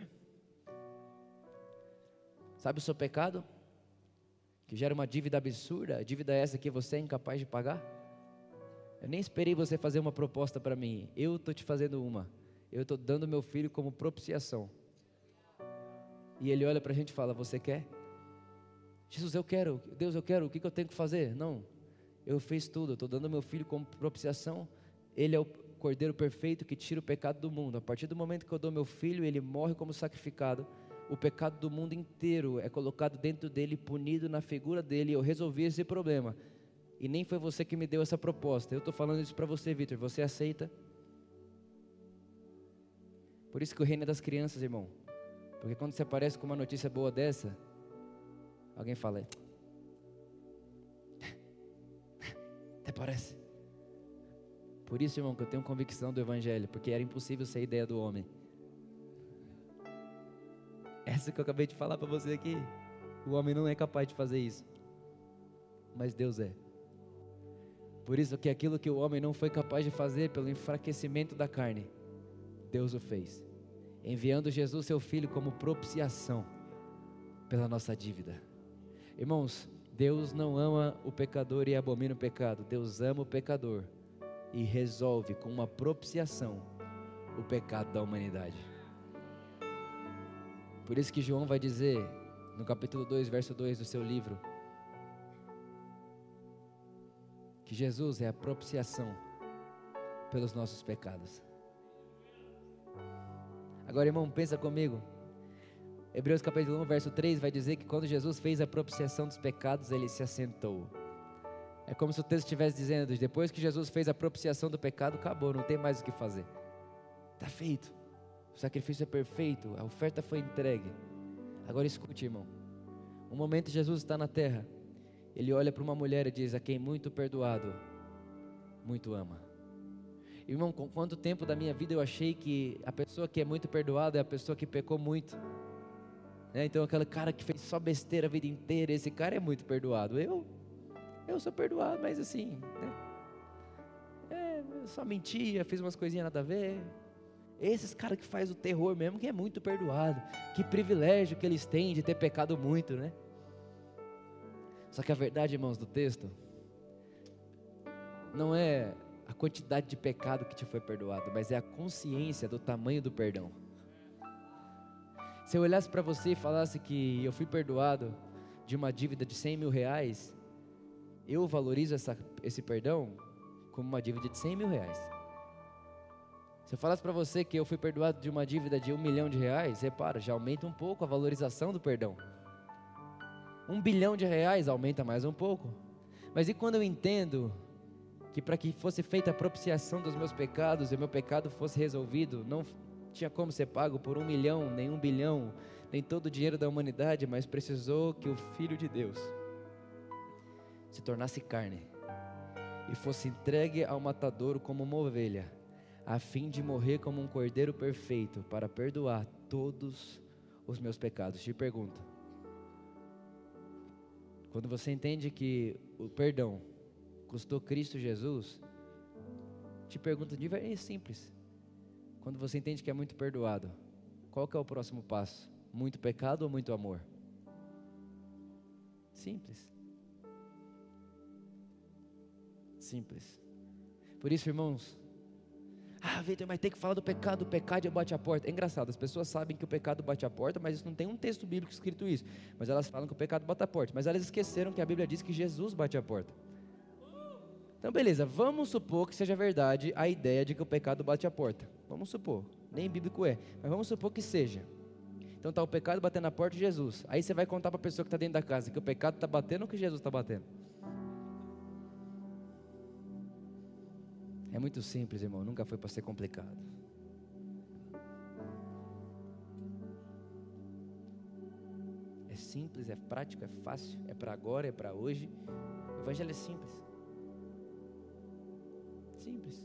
Speaker 1: sabe o seu pecado? Que gera uma dívida absurda, a dívida é essa que você é incapaz de pagar? Eu nem esperei você fazer uma proposta para mim. Eu estou te fazendo uma. Eu estou dando meu filho como propiciação. E ele olha para a gente e fala, você quer? Jesus, eu quero. Deus, eu quero. O que, que eu tenho que fazer? Não. Eu fiz tudo. Eu estou dando meu filho como propiciação. Ele é o Cordeiro perfeito que tira o pecado do mundo. A partir do momento que eu dou meu filho, ele morre como sacrificado. O pecado do mundo inteiro é colocado dentro dele, punido na figura dele. Eu resolvi esse problema. E nem foi você que me deu essa proposta. Eu estou falando isso para você, Vitor. Você aceita? Por isso que o reino é das crianças, irmão. Porque quando você aparece com uma notícia boa dessa, alguém fala, até parece. Por isso, irmão, que eu tenho convicção do Evangelho, porque era impossível ser a ideia do homem. Essa que eu acabei de falar para você aqui, o homem não é capaz de fazer isso, mas Deus é. Por isso que aquilo que o homem não foi capaz de fazer pelo enfraquecimento da carne, Deus o fez, enviando Jesus, seu Filho, como propiciação pela nossa dívida. Irmãos, Deus não ama o pecador e abomina o pecado. Deus ama o pecador e resolve com uma propiciação o pecado da humanidade. Por isso que João vai dizer, no capítulo dois, verso dois do seu livro, que Jesus é a propiciação pelos nossos pecados. Agora, irmão, pensa comigo. Hebreus capítulo um, verso três vai dizer que quando Jesus fez a propiciação dos pecados, ele se assentou. É como se o texto estivesse dizendo, depois que Jesus fez a propiciação do pecado, acabou, não tem mais o que fazer. Está feito. O sacrifício é perfeito, a oferta foi entregue. Agora escute, irmão. Um momento Jesus está na terra. Ele olha para uma mulher e diz, a quem muito perdoado, muito ama. Irmão, com quanto tempo da minha vida eu achei que a pessoa que é muito perdoada é a pessoa que pecou muito. Né? Então aquele cara que fez só besteira a vida inteira, esse cara é muito perdoado. Eu, eu sou perdoado, mas assim, né? É, eu só mentia, fiz umas coisinhas nada a ver. Esses caras que faz o terror mesmo, que é muito perdoado. Que privilégio que eles têm de ter pecado muito, né? Só que a verdade, irmãos, do texto não é a quantidade de pecado que te foi perdoado, mas é a consciência do tamanho do perdão. Se eu olhasse para você e falasse que eu fui perdoado de uma dívida de cem mil reais, eu valorizo essa, esse perdão como uma dívida de cem mil reais. Se eu falasse para você que eu fui perdoado de uma dívida de um milhão de reais, repara, já aumenta um pouco a valorização do perdão. Um bilhão de reais aumenta mais um pouco. Mas e quando eu entendo que para que fosse feita a propiciação dos meus pecados e o meu pecado fosse resolvido, não tinha como ser pago por um milhão, nem um bilhão, nem todo o dinheiro da humanidade, mas precisou que o Filho de Deus se tornasse carne e fosse entregue ao matadouro como uma ovelha, a fim de morrer como um cordeiro perfeito para perdoar todos os meus pecados. Te pergunto, quando você entende que o perdão custou Cristo Jesus, te pergunto, de verdade, é simples. Quando você entende que é muito perdoado, qual que é o próximo passo? Muito pecado ou muito amor? Simples. Simples. Por isso, irmãos, ah, Vitor, mas tem que falar do pecado, o pecado bate a porta. É engraçado, as pessoas sabem que o pecado bate a porta, mas isso não tem um texto bíblico escrito isso. Mas elas falam que o pecado bate a porta, mas elas esqueceram que a Bíblia diz que Jesus bate a porta. Então beleza, vamos supor que seja verdade a ideia de que o pecado bate a porta. Vamos supor, nem bíblico é, mas vamos supor que seja. Então está o pecado batendo na porta de Jesus. Aí você vai contar para a pessoa que está dentro da casa que o pecado está batendo ou que Jesus está batendo. É muito simples, irmão, nunca foi para ser complicado. É simples, é prático, é fácil, é para agora, é para hoje. O Evangelho é simples. Simples.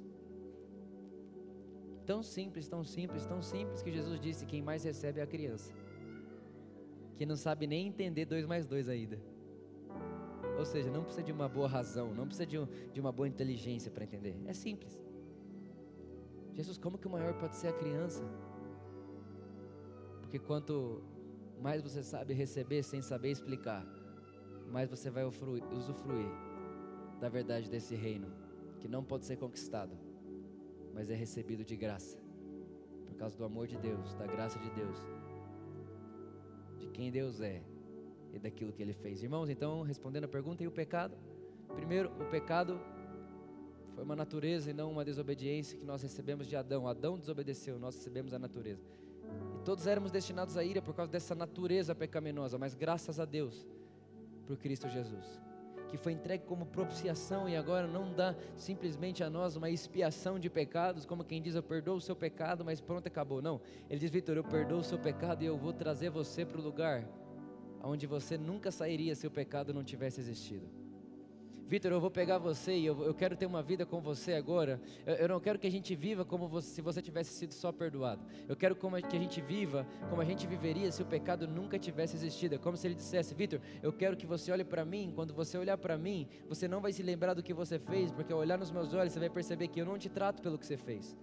Speaker 1: Tão simples, tão simples, tão simples que Jesus disse: quem mais recebe é a criança, que não sabe nem entender dois mais dois ainda. Ou seja, não precisa de uma boa razão, não precisa de, um, de uma boa inteligência para entender. É simples. Jesus, como que o maior pode ser a criança? Porque quanto mais você sabe receber sem saber explicar, mais você vai usufruir da verdade desse reino. que não pode ser conquistado, mas é recebido de graça, por causa do amor de Deus, da graça de Deus, de quem Deus é e daquilo que Ele fez. Irmãos, então, respondendo a pergunta, e o pecado? Primeiro, o pecado foi uma natureza e não uma desobediência que nós recebemos de Adão. Adão desobedeceu, nós recebemos a natureza. E todos éramos destinados à ira por causa dessa natureza pecaminosa, mas graças a Deus, por Cristo Jesus, que foi entregue como propiciação e agora não dá simplesmente a nós uma expiação de pecados, como quem diz, eu perdoo o seu pecado, mas pronto, acabou. Não, Ele diz, Vitor, eu perdoo o seu pecado e eu vou trazer você para o lugar onde você nunca sairia se o pecado não tivesse existido. Vitor, eu vou pegar você e eu, eu quero ter uma vida com você agora. Eu, eu não quero que a gente viva como você, se você tivesse sido só perdoado. Eu quero como, que a gente viva como a gente viveria se o pecado nunca tivesse existido. É como se Ele dissesse, Vitor, eu quero que você olhe para mim. Quando você olhar para mim, você não vai se lembrar do que você fez, porque ao olhar nos meus olhos você vai perceber que eu não te trato pelo que você fez.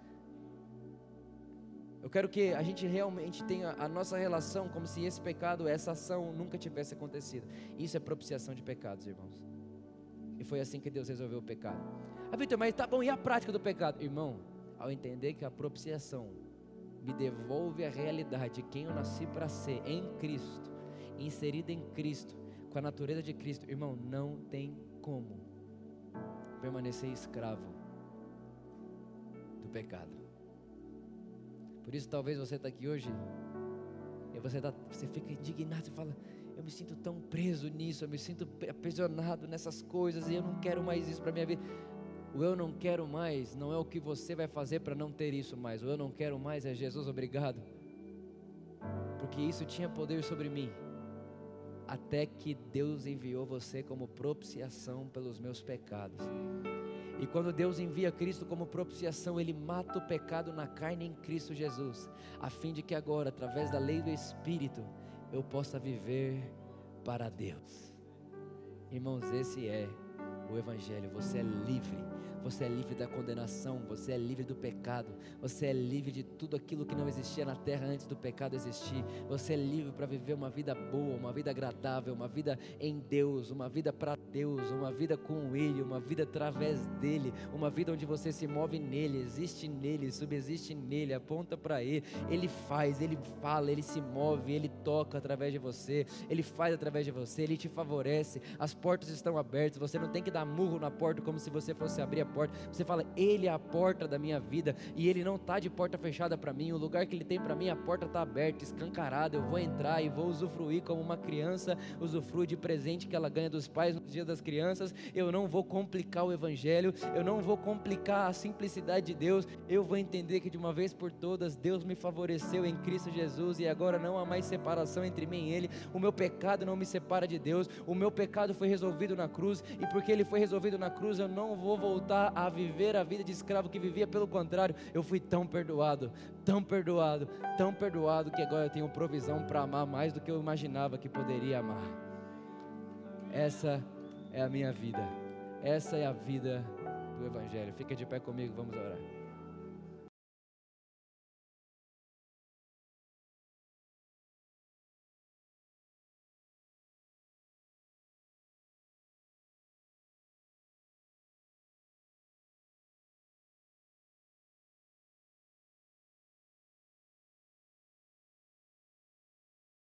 Speaker 1: Eu quero que a gente realmente tenha a nossa relação como se esse pecado, essa ação nunca tivesse acontecido. Isso é propiciação de pecados, irmãos. E foi assim que Deus resolveu o pecado. Ah, Vitor, mas tá bom, e a prática do pecado? Irmão, ao entender que a propiciação me devolve a realidade de quem eu nasci para ser, em Cristo, inserido em Cristo, com a natureza de Cristo, irmão, não tem como permanecer escravo do pecado. Por isso talvez você está aqui hoje e você, tá, você fica indignado, você fala, eu me sinto tão preso nisso, eu me sinto aprisionado nessas coisas e eu não quero mais isso para a minha vida. O eu não quero mais não é o que você vai fazer para não ter isso mais. O eu não quero mais é Jesus, obrigado, porque isso tinha poder sobre mim, até que Deus enviou você como propiciação pelos meus pecados. E quando Deus envia Cristo como propiciação, Ele mata o pecado na carne em Cristo Jesus, a fim de que agora, através da lei do Espírito, eu possa viver para Deus. Irmãos, esse é o Evangelho. Você é livre, você é livre da condenação, você é livre do pecado, você é livre de tudo aquilo que não existia na terra antes do pecado existir. Você é livre para viver uma vida boa, uma vida agradável, uma vida em Deus, uma vida para Deus, uma vida com Ele, uma vida através dEle, uma vida onde você se move nele, existe nele, subsiste nele, aponta para Ele. Ele faz, Ele fala, Ele se move, Ele toca através de você, Ele faz através de você, Ele te favorece, as portas estão abertas, você não tem que dar murro na porta como se você fosse abrir a porta. Você fala, Ele é a porta da minha vida e Ele não está de porta fechada para mim. O lugar que Ele tem para mim, a porta está aberta, escancarada. Eu vou entrar e vou usufruir como uma criança usufrui de presente que ela ganha dos pais nos dias das crianças. Eu não vou complicar o Evangelho, eu não vou complicar a simplicidade de Deus. Eu vou entender que de uma vez por todas Deus me favoreceu em Cristo Jesus e agora não há mais separação entre mim e Ele. O meu pecado não me separa de Deus, o meu pecado foi resolvido na cruz e porque Ele foi resolvido na cruz, eu não vou voltar a viver a vida de escravo que vivia. Pelo contrário, eu fui tão perdoado, tão perdoado, tão perdoado que agora eu tenho provisão para amar mais do que eu imaginava que poderia amar. Essa é a minha vida, essa é a vida do Evangelho. Fica de pé comigo, vamos orar.